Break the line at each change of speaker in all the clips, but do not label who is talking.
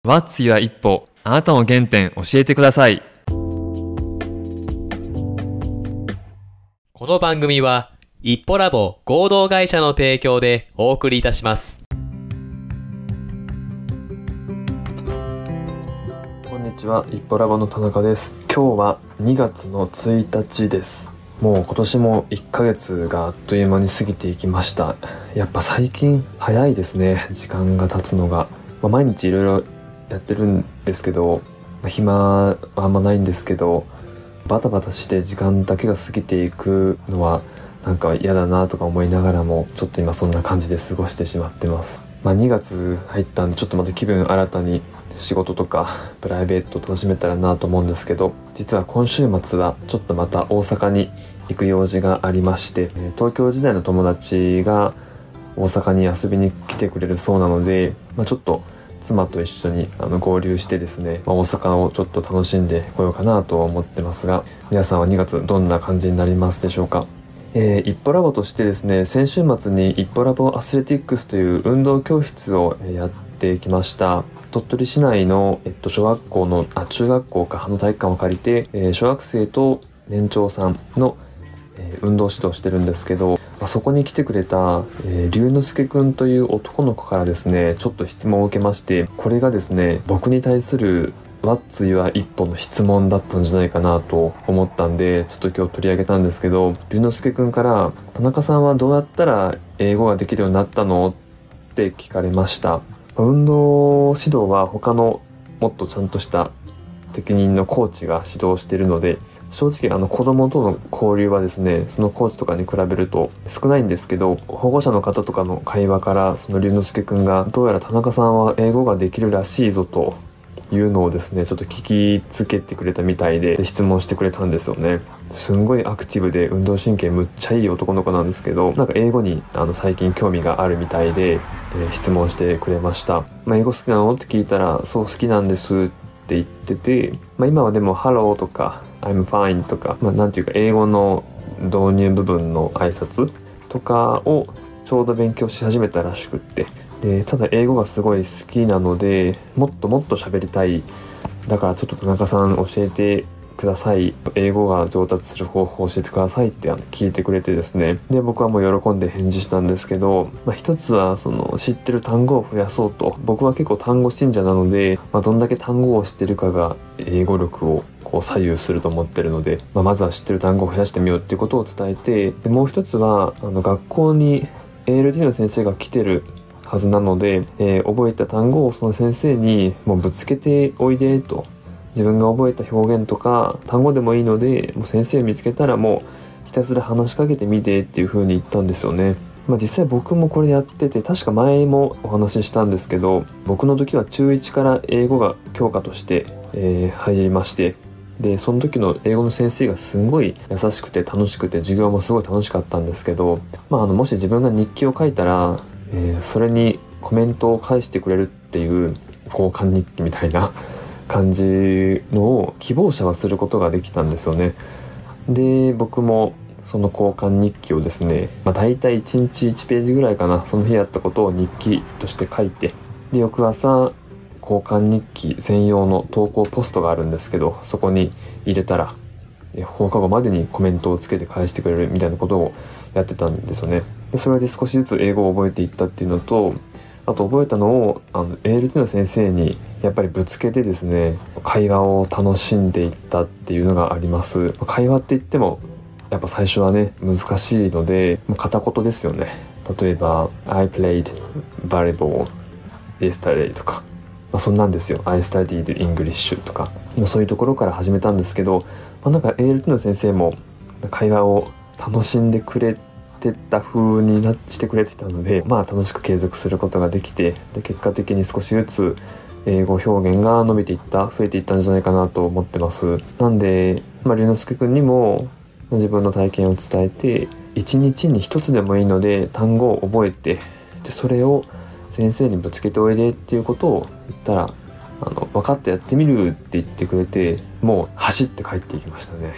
What's your 一歩、あなたの原点教えてください。
この番組は一歩ラボ合同会社の提供でお送りいたします。
こんにちは、一歩ラボの田中です。今日は2月の1日です。もう今年も1ヶ月があっという間に過ぎていきました。やっぱ最近早いですね、時間が経つのが。毎日いろいろやってるんですけど、暇はあんまないんですけど、バタバタして時間だけが過ぎていくのはなんか嫌だなとか思いながらも、ちょっと今そんな感じで過ごしてしまってます。2月入ったんで、ちょっとまた気分新たに仕事とかプライベートを楽しめたらなと思うんですけど、実は今週末はちょっとまた大阪に行く用事がありまして、東京時代の友達が大阪に遊びに来てくれるそうなので、ちょっと妻と一緒に合流してですね、大阪をちょっと楽しんでこようかなと思ってますが、皆さんは2月どんな感じになりますでしょうか。一歩ラボとしてですね、先週末に一歩ラボアスレティックスという運動教室をやってきました。鳥取市内の、中学校の体育館を借りて、小学生と年長さんの、運動指導してるんですけど、そこに来てくれた、龍之介くんという男の子からですね、ちょっと質問を受けまして、これがですね、僕に対するWhat's your 一歩の質問だったんじゃないかなと思ったんで、ちょっと今日取り上げたんですけど、龍之介くんから、田中さんはどうやったら英語ができるようになったのって聞かれました。運動指導は他のもっとちゃんとした責任のコーチが指導しているので、正直子供との交流はですね、そのコーチとかに比べると少ないんですけど、保護者の方とかの会話から、その龍之介くんがどうやら田中さんは英語ができるらしいぞというのをですね、ちょっと聞きつけてくれたみたいで、質問してくれたんですよね。すんごいアクティブで運動神経むっちゃいい男の子なんですけど、なんか英語に最近興味があるみたいで、質問してくれました。英語好きなのって聞いたら、そう好きなんですって言ってて、今はでも Hello とか I'm fine とか、なんていうか英語の導入部分の挨拶とかをちょうど勉強し始めたらしくって、でただ英語がすごい好きなので、もっともっと喋りたい、だからちょっと田中さん教えてください、英語が上達する方法を教えてくださいって聞いてくれてですね、で僕はもう喜んで返事したんですけど、一つはその知ってる単語を増やそうと。僕は結構単語信者なので、どんだけ単語を知ってるかが英語力を左右すると思ってるので、まずは知ってる単語を増やしてみようっていうことを伝えて、でもう一つは学校に ALT の先生が来てるはずなので、覚えた単語をその先生にもうぶつけておいでと。自分が覚えた表現とか単語でもいいので、もう先生見つけたらもうひたすら話しかけてみてっていう風に言ったんですよね。実際僕もこれやってて、確か前もお話ししたんですけど、僕の時は中1から英語が教科として、入りまして、でその時の英語の先生がすごい優しくて楽しくて、授業もすごい楽しかったんですけど、もし自分が日記を書いたら、それにコメントを返してくれるっていう交換日記みたいな感じのを希望者はすることができたんですよね。で僕もその交換日記をですね、だいたい1日1ページぐらいかな、その日やったことを日記として書いて、で翌朝交換日記専用の投稿ポストがあるんですけど、そこに入れたら放課後までにコメントをつけて返してくれるみたいなことをやってたんですよね。でそれで少しずつ英語を覚えていったっていうのと、あと覚えたのをALT の先生にやっぱりぶつけてですね、会話を楽しんでいったっていうのがあります。会話って言ってもやっぱ最初はね難しいので、片言ですよね。例えば I played volleyball yesterday とか、そんなんですよ。I studied English とか、そういうところから始めたんですけど、なんか ALT の先生も会話を楽しんでくれてた風にしてくれてたので、楽しく継続することができて、で結果的に少しずつ英語表現が伸びていった、増えていったんじゃないかなと思ってます。なんで、龍之介くんにも自分の体験を伝えて、一日に一つでもいいので単語を覚えて、でそれを先生にぶつけておいでっていうことを言ったら、分かってやってみるって言ってくれて、もう走って帰っていきましたね。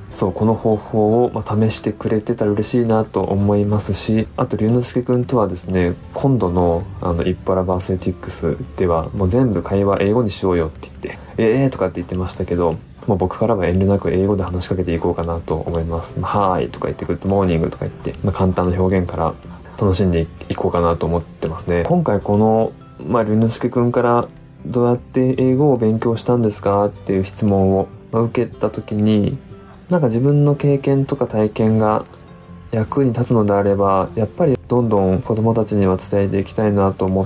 そうこの方法を試してくれてたら嬉しいなと思いますし、あと龍之介くんとはですね、今度のイッポラバアスレティックスではもう全部会話英語にしようよって言ってとかって言ってましたけど、もう僕からは遠慮なく英語で話しかけていこうかなと思います。はーいとか言ってグッドモーニングとか言って、簡単な表現から楽しんでいこうかなと思ってますね。今回この龍之介くんからどうやって英語を勉強したんですかっていう質問を受けた時に、自分の経験とか体験が役に立つのであれば、やっぱりどんどん子供たちには伝えていきたいなと思って、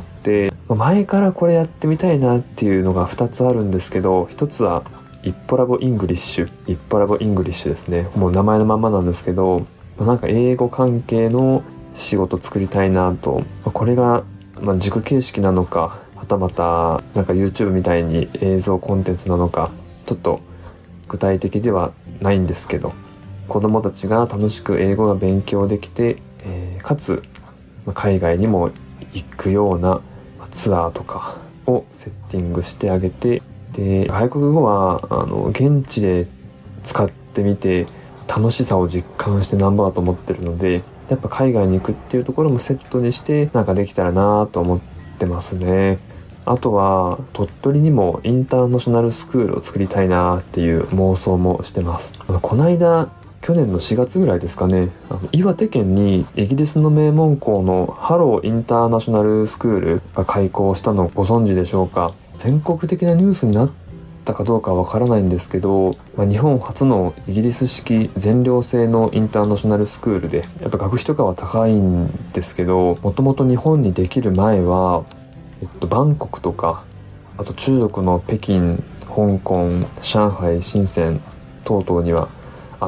前からこれやってみたいなっていうのが2つあるんですけど、1つはイッポラボイングリッシュですね。もう名前のまんまなんですけど、英語関係の仕事作りたいなと。これが塾形式なのか、はたまたYouTube みたいに映像コンテンツなのか、ちょっと具体的ではないんですけど、子どもたちが楽しく英語が勉強できて、かつ海外にも行くようなツアーとかをセッティングしてあげて、で外国語は現地で使ってみて楽しさを実感してなんぼだと思ってるので、やっぱ海外に行くっていうところもセットにしてできたらなと思ってますね。あとは鳥取にもインターナショナルスクールを作りたいなっていう妄想もしてます。この間去年の4月ぐらいですかね、岩手県にイギリスの名門校のハローインターナショナルスクールが開校したのをご存知でしょうか。全国的なニュースになったかどうかはわからないんですけど、日本初のイギリス式全寮制のインターナショナルスクールで、やっぱ学費とかは高いんですけど、もともと日本にできる前は、バンコクとか、あと中国の北京、香港、上海、深セン等々にはあって、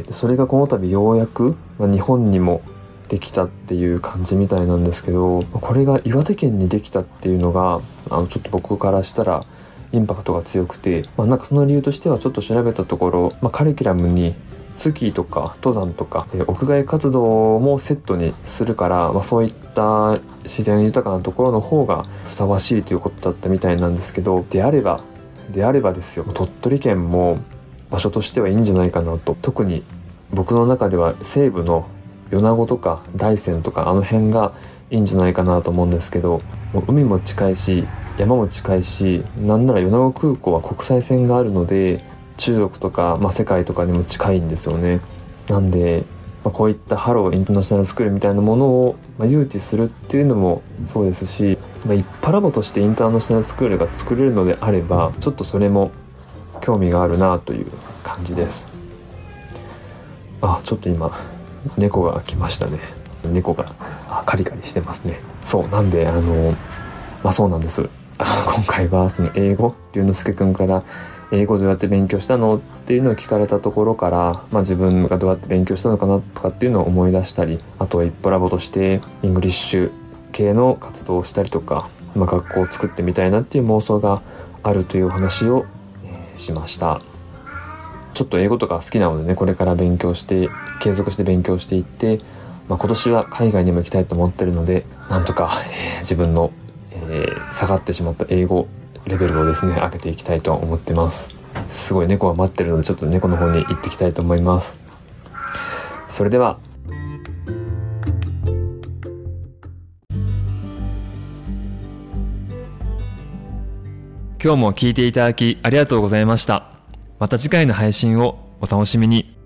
それがこの度ようやく、日本にもできたっていう感じみたいなんですけど、これが岩手県にできたっていうのがちょっと僕からしたらインパクトが強くて、その理由としてはちょっと調べたところ、カリキュラムにスキーとか登山とか、屋外活動もセットにするから、そういった自然豊かなところの方がふさわしいということだったみたいなんですけど、であればですよ、鳥取県も場所としてはいいんじゃないかなと。特に僕の中では西部の米子とか大山とか辺がいいんじゃないかなと思うんですけど、もう海も近いし山も近いし、なんなら米子空港は国際線があるので、中国とか、世界とかにも近いんですよね。なんで、こういったハローインターナショナルスクールみたいなものを、誘致するっていうのもそうですし、イッパラボとしてインターナショナルスクールが作れるのであれば、ちょっとそれも興味があるなという感じです。ちょっと今猫が来ましたね。猫がカリカリしてますね。そうなんでそうなんです。今回はその英語、龍之介くんから英語どうやって勉強したのっていうのを聞かれたところから、自分がどうやって勉強したのかなとかっていうのを思い出したり、あとはイッポラボとしてイングリッシュ系の活動をしたりとか、学校を作ってみたいなっていう妄想があるというお話を、しました。ちょっと英語とか好きなのでね、これから継続して勉強していって、今年は海外にも行きたいと思ってるので、なんとか、自分の、下がってしまった英語レベルをですね上げていきたいと思ってます。すごい猫が待ってるので、ちょっと猫の方に行ってきたいと思います。それでは
今日も聞いていただきありがとうございました。また次回の配信をお楽しみに。